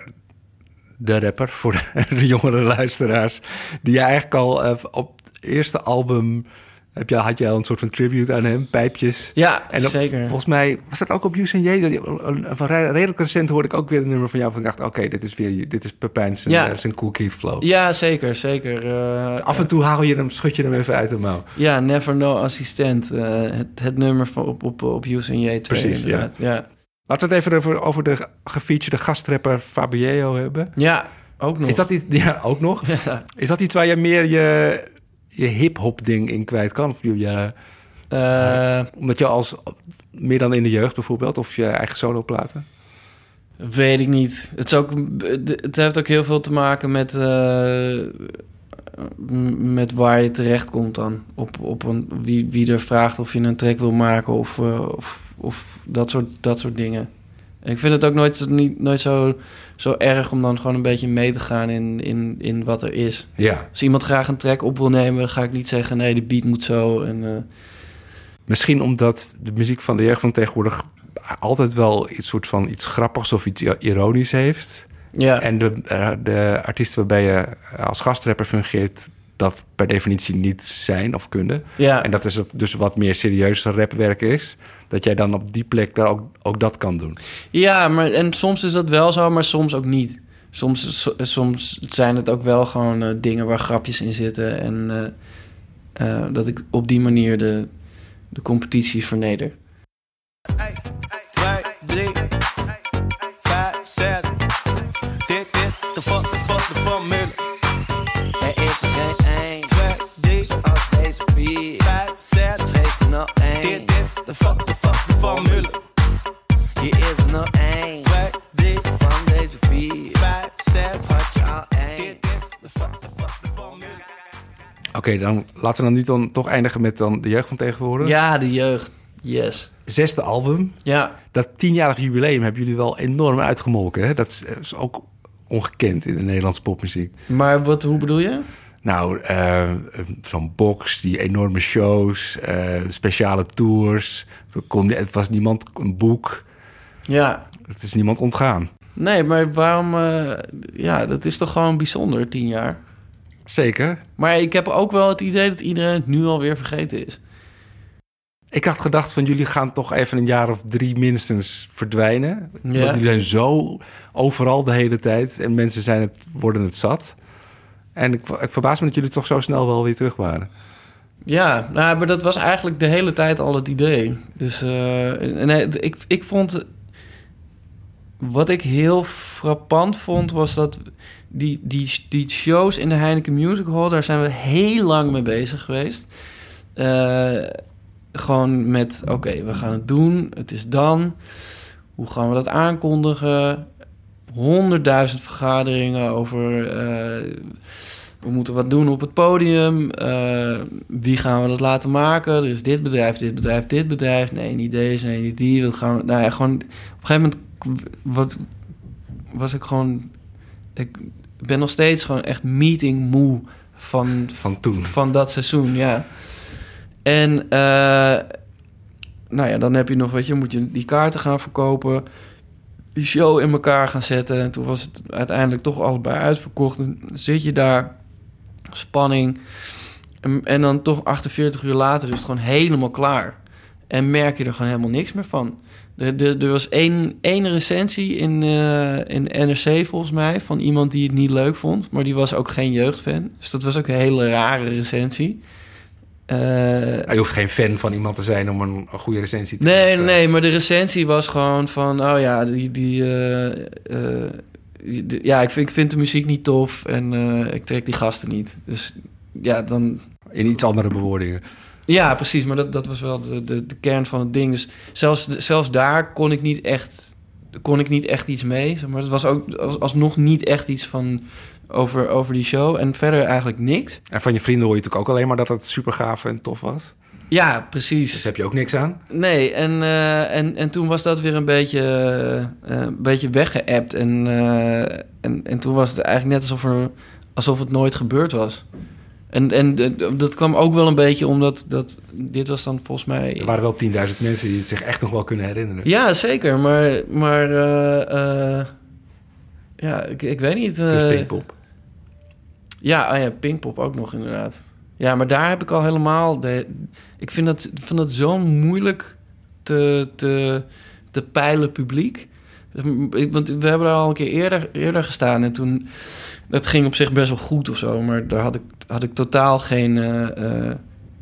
de rapper voor de, de jongere luisteraars, die je eigenlijk al uh, op het eerste album heb je, had je al een soort van tribute aan hem, pijpjes. Ja, en op, zeker. Volgens mij was dat ook op Use and J. Van redelijk recent hoorde ik ook weer een nummer van jou van ik dacht, oké, okay, dit is weer dit is Pepijn zijn, ja. uh, zijn Kool Keith flow. Ja, zeker, zeker. Uh, Af en toe haal je hem, schud je hem even uit de mouw. Ja, Never No Assistent. Uh, het, het nummer van op, op, op Use and J twee. Precies, ja. ja. Laten we het even over, over de gefeatured gastrapper Fabio hebben. Ja, ook nog. Is dat iets, ja, ook nog? Ja. Is dat iets waar je meer je, je hip-hop ding in kwijt kan? Of je, ja, uh, omdat je als meer dan in de jeugd bijvoorbeeld, of je eigen soloplaten? Weet ik niet. Het, is ook, het heeft ook heel veel te maken met, uh, met waar je terecht komt dan. Op, op een, wie, wie er vraagt of je een track wil maken of, uh, of, of dat, soort, dat soort dingen. Ik vind het ook nooit, niet, nooit zo, zo erg om dan gewoon een beetje mee te gaan in, in, in wat er is. Ja. Als iemand graag een track op wil nemen, dan ga ik niet zeggen nee, de beat moet zo. En, uh... Misschien omdat de muziek van de jeugd van tegenwoordig altijd wel iets soort van iets grappigs of iets ironisch heeft. Ja. En de, de artiesten waarbij je als gastrapper fungeert, dat per definitie niet zijn of kunnen. Ja. En dat is dus wat meer serieuzer rapwerk is. Dat jij dan op die plek daar ook, ook dat kan doen. Ja, maar en soms is dat wel zo, maar soms ook niet. soms, so, soms zijn het ook wel gewoon uh, dingen waar grapjes in zitten. En uh, uh, dat ik op die manier de, de competitie verneder. Hey, twee, drie, vijf, zes. Dit is de fuck, de fuck, de formule. Er is er geen één, twee, drie, zoals deze vier, vijf, zes. geef er nog één. Dit is de fuck, de fuck, de formule. Hier is er nog één, twee, drie, van deze vier, vijf, zes. had je al één. Dit is de fuck, de fuck, de formule. Oké, okay, dan laten we dan nu dan toch eindigen met dan de jeugd van tegenwoordig. Ja, de jeugd. Yes. Zesde album. Ja. Dat tienjarig jubileum hebben jullie wel enorm uitgemolken. Hè? Dat is, is ook ongekend in de Nederlandse popmuziek. Maar wat, hoe bedoel je? Nou, uh, zo'n box, die enorme shows, uh, speciale tours. Kon, het was niemand een boek. Ja. Het is niemand ontgaan. Nee, maar waarom... Uh, ja, dat is toch gewoon bijzonder, tien jaar. Zeker. Maar ik heb ook wel het idee dat iedereen het nu alweer vergeten is. Ik had gedacht van jullie gaan toch even een jaar of drie minstens verdwijnen. Ja. Want jullie zijn zo overal de hele tijd en mensen zijn het, worden het zat. En ik, ik verbaas me dat jullie toch zo snel wel weer terug waren. Ja, nou, maar dat was eigenlijk de hele tijd al het idee. Dus uh, nee, ik, ik vond... Wat ik heel frappant vond, was dat die, die, die shows in de Heineken Music Hall, daar zijn we heel lang mee bezig geweest. Uh, gewoon met, oké, okay, we gaan het doen, het is dan. Hoe gaan we dat aankondigen? Honderdduizend vergaderingen over... Uh, we moeten wat doen op het podium. Uh, wie gaan we dat laten maken? Er is dit bedrijf, dit bedrijf, dit bedrijf. Nee, niet deze, nee, niet die. Wat gaan we... Nou ja, gewoon... Op een gegeven moment wat, was ik gewoon... Ik ben nog steeds gewoon echt meeting moe van... Van toen. Van dat seizoen, ja. En... Uh, nou ja, dan heb je nog, weet je... Moet je die kaarten gaan verkopen... Die show in elkaar gaan zetten. En toen was het uiteindelijk toch allebei uitverkocht. En dan zit je daar... Spanning. En, en dan toch achtenveertig uur later is het gewoon helemaal klaar. En merk je er gewoon helemaal niks meer van. Er, er, er was één, één recensie in, uh, in N R C volgens mij... van iemand die het niet leuk vond. Maar die was ook geen jeugdfan. Dus dat was ook een hele rare recensie. Uh, je hoeft geen fan van iemand te zijn om een, een goede recensie te Nee, schrijven. nee, maar de recensie was gewoon van... oh ja, die... die uh, uh, ja, ik vind, ik vind de muziek niet tof en uh, ik trek die gasten niet. Dus ja, dan... In iets andere bewoordingen. Ja, precies, maar dat, dat was wel de, de, de kern van het ding. Dus zelfs, zelfs daar kon ik niet echt, kon ik niet echt iets mee. Zeg maar het was ook als, alsnog niet echt iets van over, over die show. En verder eigenlijk niks. En van je vrienden hoor je natuurlijk ook alleen maar dat het super gaaf en tof was. Ja, precies. Dus heb je ook niks aan? Nee, en, uh, en, en toen was dat weer een beetje, uh, een beetje weggeëpt. En, uh, en, en toen was het eigenlijk net alsof, er, alsof het nooit gebeurd was. En, en dat kwam ook wel een beetje omdat dat, dit was dan volgens mij... Er waren wel tienduizend mensen die het zich echt nog wel kunnen herinneren. Ja, zeker. Maar, maar uh, uh, ja, ik, ik weet niet. Uh, dus Pinkpop. Ja, oh ja, Pinkpop ook nog inderdaad. Ja, maar daar heb ik al helemaal... De, ik vind dat, vind dat zo moeilijk te, te, te peilen publiek. Ik, want we hebben er al een keer eerder, eerder gestaan en toen... Dat ging op zich best wel goed of zo, maar daar had ik, had ik totaal geen, uh, uh,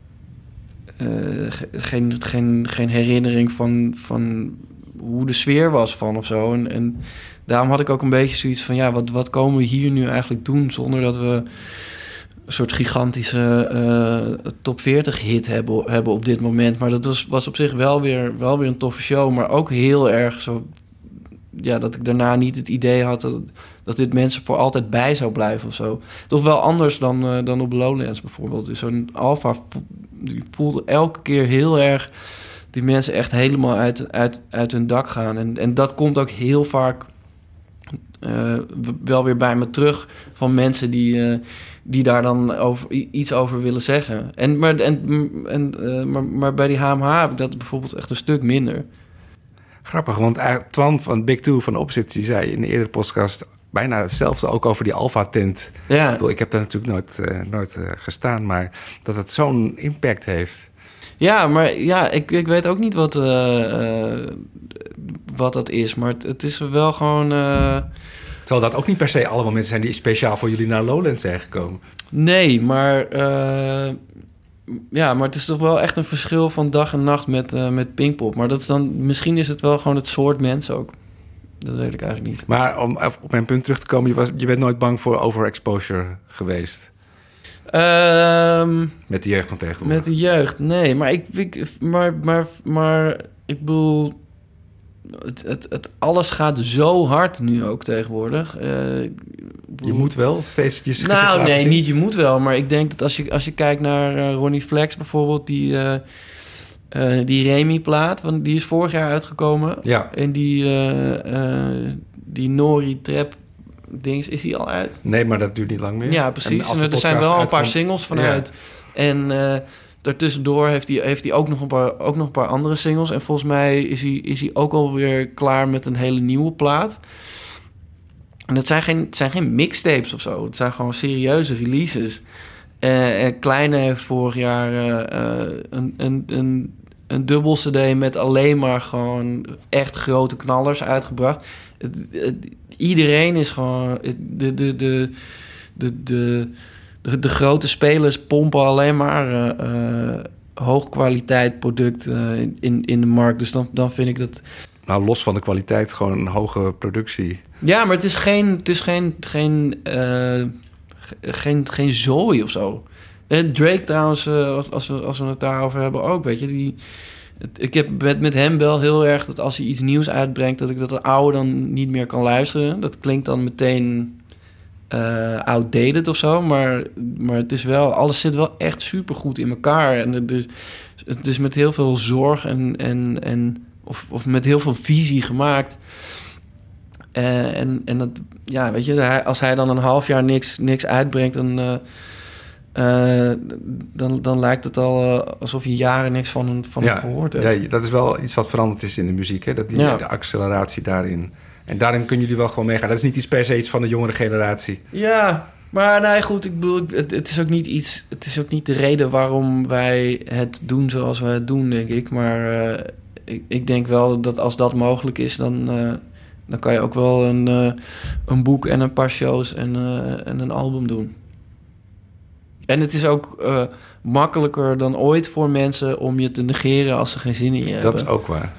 uh, geen, geen, geen herinnering van, van hoe de sfeer was van of zo. En, en daarom had ik ook een beetje zoiets van, ja, wat, wat komen we hier nu eigenlijk doen zonder dat we een soort gigantische uh, top veertig hit hebben, hebben op dit moment. Maar dat was, was op zich wel weer, wel weer een toffe show, maar ook heel erg zo... Ja, dat ik daarna niet het idee had dat, dat dit mensen voor altijd bij zou blijven of zo. Toch wel anders dan, uh, dan op Lowlands bijvoorbeeld. Dus zo'n Alpha die voelt elke keer heel erg die mensen echt helemaal uit, uit, uit hun dak gaan. En, en dat komt ook heel vaak uh, wel weer bij me terug van mensen die, uh, die daar dan over, iets over willen zeggen. En, maar, en, en, uh, maar, maar bij die H M H heb ik dat bijvoorbeeld echt een stuk minder. Grappig, want Twan van Big Two van Opzits... die zei in de eerdere podcast bijna hetzelfde ook over die Alpha-tent. Ja. Ik, ik heb daar natuurlijk nooit, uh, nooit uh, gestaan, maar dat het zo'n impact heeft. Ja, maar ja, ik, ik weet ook niet wat, uh, uh, wat dat is. Maar het, het is wel gewoon... Uh, Terwijl dat ook niet per se allemaal mensen zijn die speciaal voor jullie naar Lowlands zijn gekomen. Nee, maar... Uh, ja, maar het is toch wel echt een verschil van dag en nacht met, uh, met Pinkpop. Maar dat is dan, misschien is het wel gewoon het soort mensen ook. Dat weet ik eigenlijk niet. Maar om op mijn punt terug te komen, je, was, je bent nooit bang voor overexposure geweest? Um, met de jeugd van tegenwoordig? Met de jeugd, nee. Maar ik, ik maar, maar, maar ik bedoel... Het, het, het, alles gaat zo hard nu ook tegenwoordig. Uh, bedoel, je moet wel steeds je gezicht Nou, nee, zien. niet je moet wel. Maar ik denk dat als je, als je kijkt naar uh, Ronnie Flex bijvoorbeeld... die, uh, uh, die Remy-plaat, want die is vorig jaar uitgekomen. Ja. En die, uh, uh, die Nori Trap dings, is die al uit? Nee, maar dat duurt niet lang meer. Ja, precies. En, en er zijn wel een paar singles vanuit. Ja. En... Uh, daartussendoor heeft hij, heeft hij ook, nog een paar, ook nog een paar andere singles. En volgens mij is hij, is hij ook alweer klaar met een hele nieuwe plaat. En het zijn geen, het zijn geen mixtapes of zo. Het zijn gewoon serieuze releases. Uh, en Kleine heeft vorig jaar uh, een, een, een, een dubbel cd met alleen maar gewoon echt grote knallers uitgebracht. Het, het, iedereen is gewoon... De, de, de, de, de, de, de grote spelers pompen alleen maar uh, uh, hoogkwaliteit product uh, in, in de markt. Dus dan, dan vind ik dat... Nou, los van de kwaliteit, gewoon een hoge productie. Ja, maar het is geen, het is geen, geen, uh, geen, geen zooi of zo. Drake trouwens, uh, als, we, als we het daarover hebben ook, weet je... Die, ik heb met, met hem wel heel erg dat als hij iets nieuws uitbrengt... dat ik dat de oude dan niet meer kan luisteren. Dat klinkt dan meteen... Uh, outdated of zo, maar, maar het is wel, alles zit wel echt supergoed in elkaar. En dus, het is met heel veel zorg en, en, en of, of met heel veel visie gemaakt. Uh, en, en dat, ja, weet je, als hij dan een half jaar niks, niks uitbrengt, dan, uh, uh, dan, dan lijkt het al uh, alsof je jaren niks van hem, van ja, hem gehoord hebt. Ja, dat is wel iets wat veranderd is in de muziek, hè? Dat die ja. de acceleratie daarin. En daarin kunnen jullie wel gewoon meegaan. Dat is niet iets per se iets van de jongere generatie. Ja, maar nee, goed, ik bedoel, het, het is ook niet iets... Het is ook niet de reden waarom wij het doen zoals wij het doen, denk ik. Maar uh, ik, ik denk wel dat als dat mogelijk is, dan, uh, dan kan je ook wel een, uh, een boek en een paar shows en, uh, en een album doen. En het is ook uh, makkelijker dan ooit voor mensen om je te negeren als ze geen zin in je hebben. Dat is ook waar.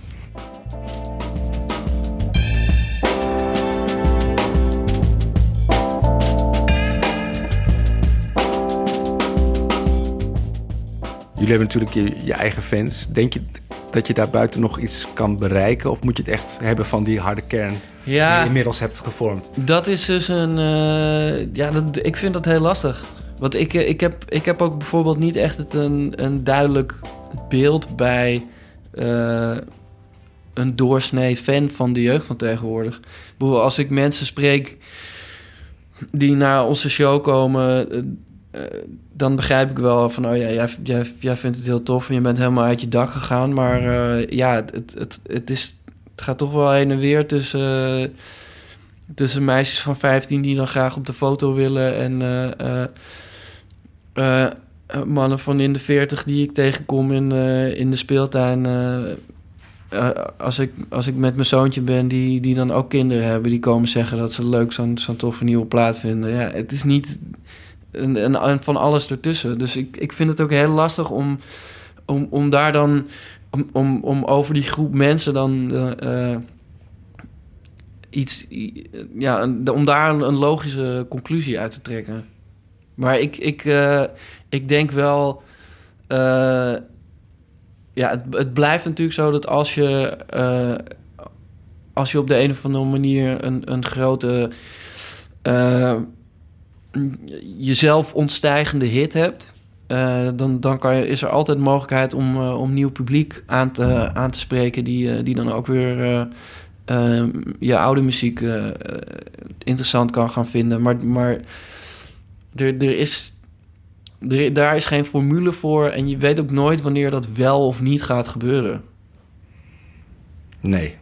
Jullie hebben natuurlijk je, je eigen fans. Denk je dat je daar buiten nog iets kan bereiken? Of moet je het echt hebben van die harde kern ja, die je inmiddels hebt gevormd? Dat is dus een... Uh, ja, dat, ik vind dat heel lastig. Want ik, ik, heb, ik heb ook bijvoorbeeld niet echt het een, een duidelijk beeld bij uh, een doorsnee fan van de jeugd van tegenwoordig. Bijvoorbeeld als ik mensen spreek die naar onze show komen... Uh, Uh, dan begrijp ik wel van, oh ja, jij, jij, jij vindt het heel tof en je bent helemaal uit je dak gegaan. Maar uh, ja, het, het, het, is, het gaat toch wel heen en weer tussen, uh, tussen meisjes van vijftien die dan graag op de foto willen en uh, uh, uh, mannen van in de veertig die ik tegenkom in, uh, in de speeltuin. Uh, uh, als, ik, als ik met mijn zoontje ben die, die dan ook kinderen hebben, die komen zeggen dat ze leuk zo'n, zo'n toffe nieuwe plaat vinden. Ja, het is niet... En, en, en van alles ertussen. Dus ik, ik vind het ook heel lastig om, om, om daar dan... Om, om, om over die groep mensen dan uh, iets... Ja, om daar een, een logische conclusie uit te trekken. Maar ik, ik, uh, ik denk wel... Uh, ja, het, het blijft natuurlijk zo dat als je... Uh, als je op de een of andere manier een, een grote... Uh, jezelf ontstijgende hit hebt... Uh, dan, dan kan je, is er altijd mogelijkheid om, uh, om nieuw publiek aan te, aan te spreken... die, uh, die dan ook weer uh, uh, je oude muziek uh, interessant kan gaan vinden. Maar, maar er, er is, er, daar is geen formule voor... en je weet ook nooit wanneer dat wel of niet gaat gebeuren. Nee.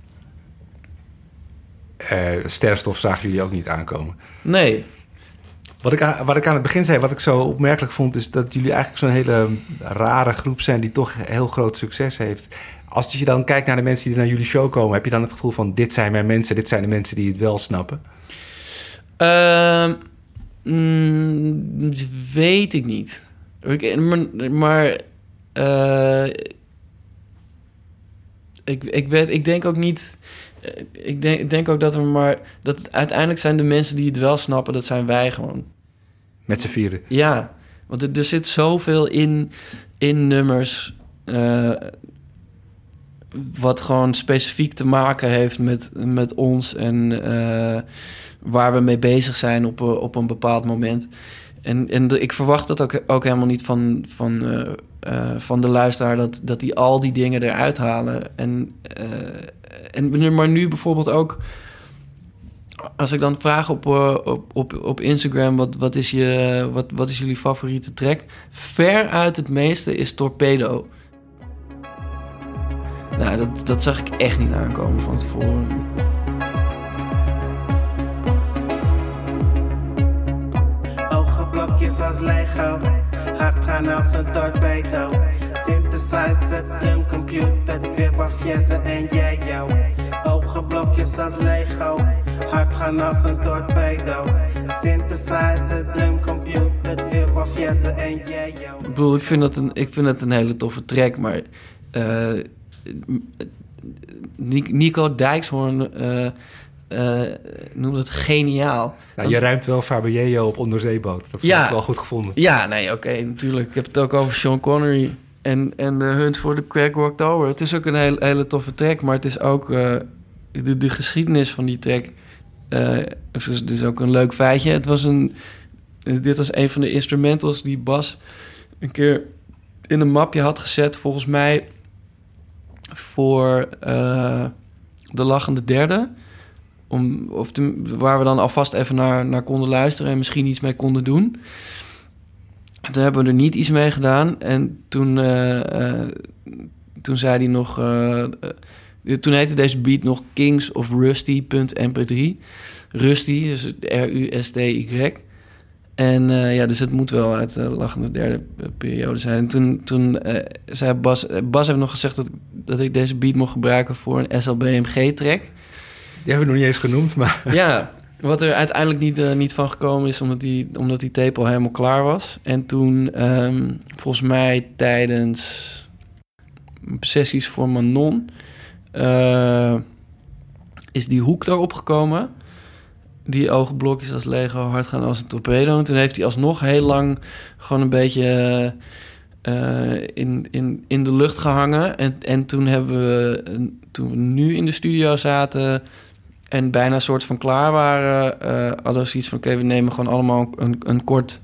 Uh, sterfstof zagen jullie ook niet aankomen. Nee. Wat ik, aan, wat ik aan het begin zei, wat ik zo opmerkelijk vond... is dat jullie eigenlijk zo'n hele rare groep zijn... die toch heel groot succes heeft. Als je dan kijkt naar de mensen die naar jullie show komen... heb je dan het gevoel van, dit zijn mijn mensen... dit zijn de mensen die het wel snappen? Uh, mm, weet ik niet. Ik, maar... maar uh, ik, ik, weet, ik denk ook niet... Ik denk, ik denk ook dat er maar... dat het, uiteindelijk zijn de mensen die het wel snappen... dat zijn wij gewoon. Met z'n vieren? Ja, want er, er zit zoveel in, in nummers... Uh, wat gewoon specifiek te maken heeft met, met ons... en uh, waar we mee bezig zijn op, op een bepaald moment. En, en de, ik verwacht dat ook, ook helemaal niet van, van, uh, uh, van de luisteraar... dat, dat die al die dingen eruit halen. En, uh, en, maar nu bijvoorbeeld ook... als ik dan vraag op, uh, op, op, op Instagram... Wat, wat, is je, wat, wat is jullie favoriete track? Ver uit het meeste is Torpedo. Nou, dat, dat zag ik echt niet aankomen van tevoren. Ogenblokjes als Lego, hard gaan als een torpedo. Synthesizer, drumcomputer, weer wat fjessen en jij jou. Ogenblokjes als Lego, hard gaan als een torpedo. Synthesizer, drumcomputer, weer wat fjessen en jij jou. Ik bedoel, ik vind dat een, ik vind dat een hele toffe track, maar... Uh, Nico Dijkshoorn uh, uh, noemde het geniaal. Nou, je ruimt wel Fabio op Onderzeeboot. Dat vond ja, ik wel goed gevonden. Ja, nee, oké, okay, natuurlijk. Ik heb het ook over Sean Connery en, en de Hunt voor de Crack October. Het is ook een hele, hele toffe track, maar het is ook uh, de, de geschiedenis van die track. Uh, dus het is ook een leuk feitje. Het was een, dit was een van de instrumentals die Bas een keer in een mapje had gezet, volgens mij... voor uh, de lachende derde. Om, of te, waar we dan alvast even naar, naar konden luisteren... en misschien iets mee konden doen. Toen hebben we er niet iets mee gedaan. En toen, uh, uh, toen zei hij nog... Uh, uh, toen heette deze beat nog Kings of Rusty punt m p drie. Rusty, dus R U S T Y. En uh, ja, dus het moet wel uit de lachende derde periode zijn. En toen, toen uh, zei Bas... Bas heeft nog gezegd dat, dat ik deze beat mocht gebruiken voor een S L B M G-track. Die hebben we nog niet eens genoemd, maar... Ja, wat er uiteindelijk niet, uh, niet van gekomen is... omdat die, omdat die tape al helemaal klaar was. En toen, um, volgens mij tijdens sessies voor Manon... Uh, is die hoek daarop gekomen... Die ogenblokjes als Lego hard gaan als een torpedo. En toen heeft hij alsnog heel lang gewoon een beetje uh, in, in, in de lucht gehangen. En, en toen hebben we, toen we nu in de studio zaten en bijna een soort van klaar waren, uh, hadden we zoiets van, oké, okay, we nemen gewoon allemaal een, een kort,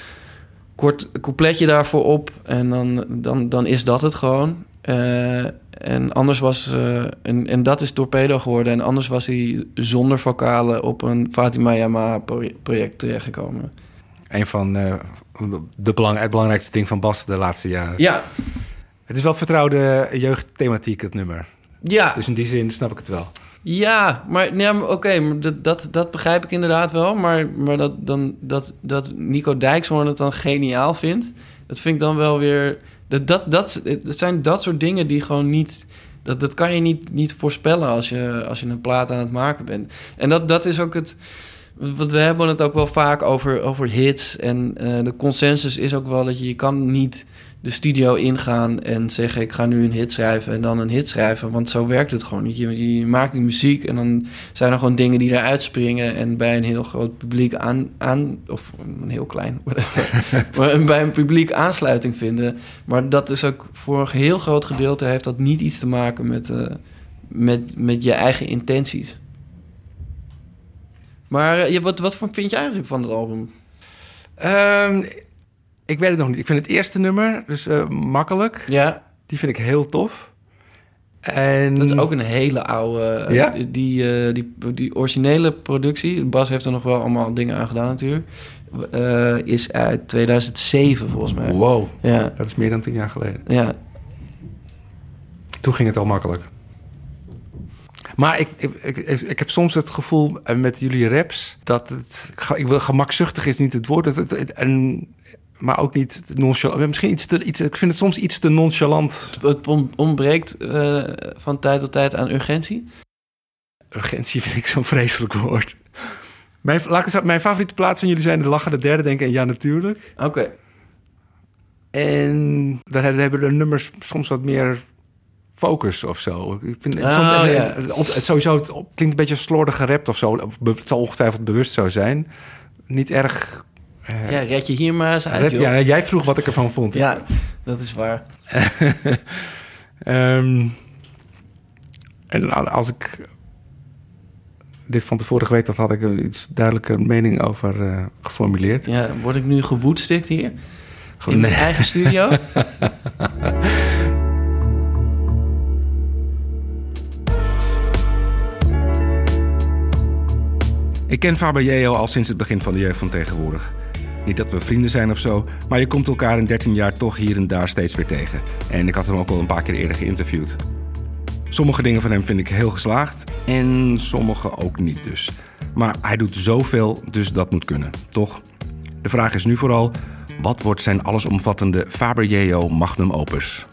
kort coupletje daarvoor op. En dan, dan, dan is dat het gewoon. Uh, en anders was... Uh, en, en dat is Torpedo geworden. En anders was hij zonder vocalen op een Fatima Yamaha project terechtgekomen. Een van uh, de belang, het belangrijkste ding van Bas de laatste jaren. Ja. Het is wel vertrouwde jeugdthematiek, het nummer. Ja. Dus in die zin snap ik het wel. Ja, maar, nee, maar oké, okay, maar dat, dat, dat begrijp ik inderdaad wel. Maar, maar dat, dan, dat, dat Nico Dijkshoorn het dan geniaal vindt... dat vind ik dan wel weer... Dat, dat, dat, dat zijn dat soort dingen die gewoon niet... Dat, dat kan je niet, niet voorspellen als je, als je een plaat aan het maken bent. En dat, dat is ook het... Want we hebben het ook wel vaak over, over hits. En uh, de consensus is ook wel dat je... Je kan niet de studio ingaan en zeggen... ik ga nu een hit schrijven en dan een hit schrijven. Want zo werkt het gewoon niet. Je, je maakt die muziek en dan zijn er gewoon dingen die eruit springen... en bij een heel groot publiek aan... aan of een heel klein, maar bij een publiek aansluiting vinden. Maar dat is ook voor een heel groot gedeelte... heeft dat niet iets te maken met, uh, met, met je eigen intenties. Maar uh, wat, wat vind je eigenlijk van het album? Um, ik weet het nog niet. Ik vind het eerste nummer, dus uh, makkelijk. Ja. Die vind ik heel tof. En... Dat is ook een hele oude... Ja? Uh, die, uh, die, die originele productie... Bas heeft er nog wel allemaal dingen aan gedaan natuurlijk... Uh, is uit tweeduizend zeven volgens mij. Wow, ja. Dat is meer dan tien jaar geleden. Ja. Toen ging het al makkelijk. Maar ik, ik, ik, ik heb soms het gevoel met jullie raps dat het, ik wil gemakzuchtig is niet het woord, het, het, en, maar ook niet nonchalant. Misschien iets te, iets, ik vind het soms iets te nonchalant. Het ontbreekt uh, van tijd tot tijd aan urgentie. Urgentie vind ik zo'n vreselijk woord. Mijn, laat ik eens, mijn favoriete plaats van jullie zijn de Lachen de Derde, denk ik, en Ja Natuurlijk. Oké. Okay. En dan hebben de nummers soms wat meer focus of zo. Ik vind oh, soms, ja. het, sowieso, het klinkt een beetje slordig gerapt of zo. Het zal ongetwijfeld bewust zo zijn. Niet erg... Uh, ja, red je hier maar eens uit, rap, joh. Ja, jij vroeg wat ik ervan vond. Ja, dat is waar. um, en als ik dit van tevoren weet, dat had ik een iets duidelijke mening over uh, geformuleerd. Ja, word ik nu gewoedstikt hier? Gewoon in nee. mijn eigen studio? Ik ken Faber al sinds het begin van de jeugd van tegenwoordig. Niet dat we vrienden zijn of zo, maar je komt elkaar in dertien jaar toch hier en daar steeds weer tegen. En ik had hem ook al een paar keer eerder geïnterviewd. Sommige dingen van hem vind ik heel geslaagd en sommige ook niet dus. Maar hij doet zoveel, dus dat moet kunnen, toch? De vraag is nu vooral, wat wordt zijn allesomvattende Faber magnum opus?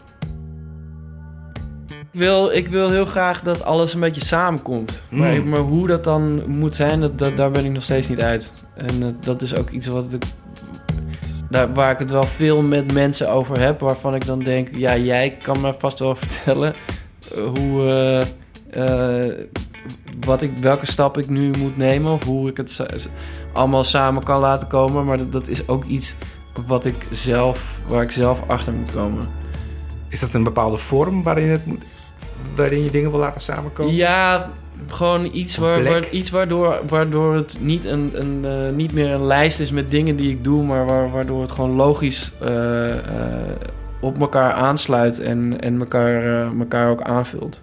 Ik wil, ik wil heel graag dat alles een beetje samenkomt. Mm. Maar, maar hoe dat dan moet zijn, dat, dat, daar ben ik nog steeds niet uit. En uh, dat is ook iets wat ik, daar, waar ik het wel veel met mensen over heb. Waarvan ik dan denk, ja, jij kan me vast wel vertellen uh, hoe, uh, uh, wat ik, welke stap ik nu moet nemen. Of hoe ik het sa- allemaal samen kan laten komen. Maar dat, dat is ook iets wat ik zelf, waar ik zelf achter moet komen. Is dat een bepaalde vorm waarin het moet... waarin je dingen wil laten samenkomen? Ja, gewoon iets, waar, waar, iets waardoor, waardoor het niet, een, een, uh, niet meer een lijst is met dingen die ik doe, maar waar, waardoor het gewoon logisch uh, uh, op elkaar aansluit en, en elkaar, uh, elkaar ook aanvult.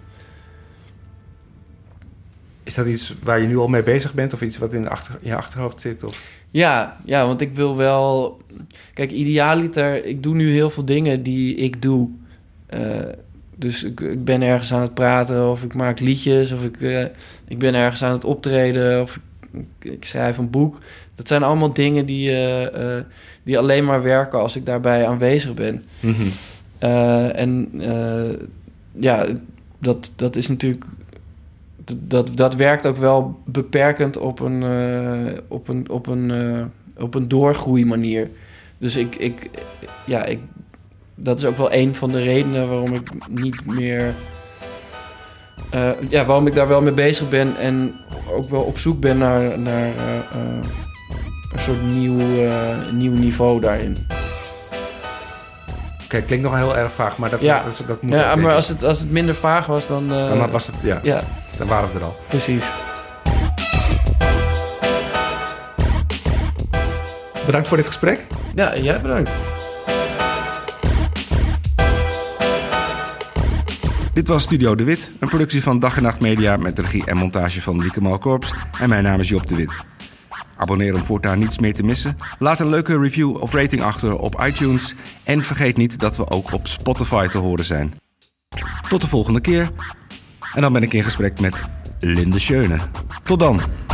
Is dat iets waar je nu al mee bezig bent of iets wat in, de achter, in je achterhoofd zit? Of? Ja, ja, want ik wil wel... Kijk, idealiter, ik doe nu heel veel dingen die ik doe. Uh, dus ik, ik ben ergens aan het praten of ik maak liedjes of ik, uh, ik ben ergens aan het optreden of ik, ik schrijf een boek. Dat zijn allemaal dingen die, uh, uh, die alleen maar werken als ik daarbij aanwezig ben. Mm-hmm. Uh, en uh, ja, dat, dat is natuurlijk... Dat, dat werkt ook wel beperkend op een, uh, op een, op een, uh, op een doorgroeimanier. Dus ik, ik, ja, ik, dat is ook wel een van de redenen waarom ik niet meer... Uh, ja, waarom ik daar wel mee bezig ben en ook wel op zoek ben naar, naar uh, uh, een soort nieuw, uh, nieuw niveau daarin. Oké, okay, klinkt nog heel erg vaag, maar dat, ja. dat, dat moet ja, maar als het, als het minder vaag was, dan... Uh, dan was het, ja. ja. Dan waren we er al. Precies. Bedankt voor dit gesprek. Ja, jij bedankt. Dit was Studio De Wit, een productie van Dag en Nacht Media met regie en montage van Lieke Malkorps. En mijn naam is Job De Wit. Abonneer om voortaan niets meer te missen. Laat een leuke review of rating achter op iTunes. En vergeet niet dat we ook op Spotify te horen zijn. Tot de volgende keer. En dan ben ik in gesprek met Linde Schöne. Tot dan.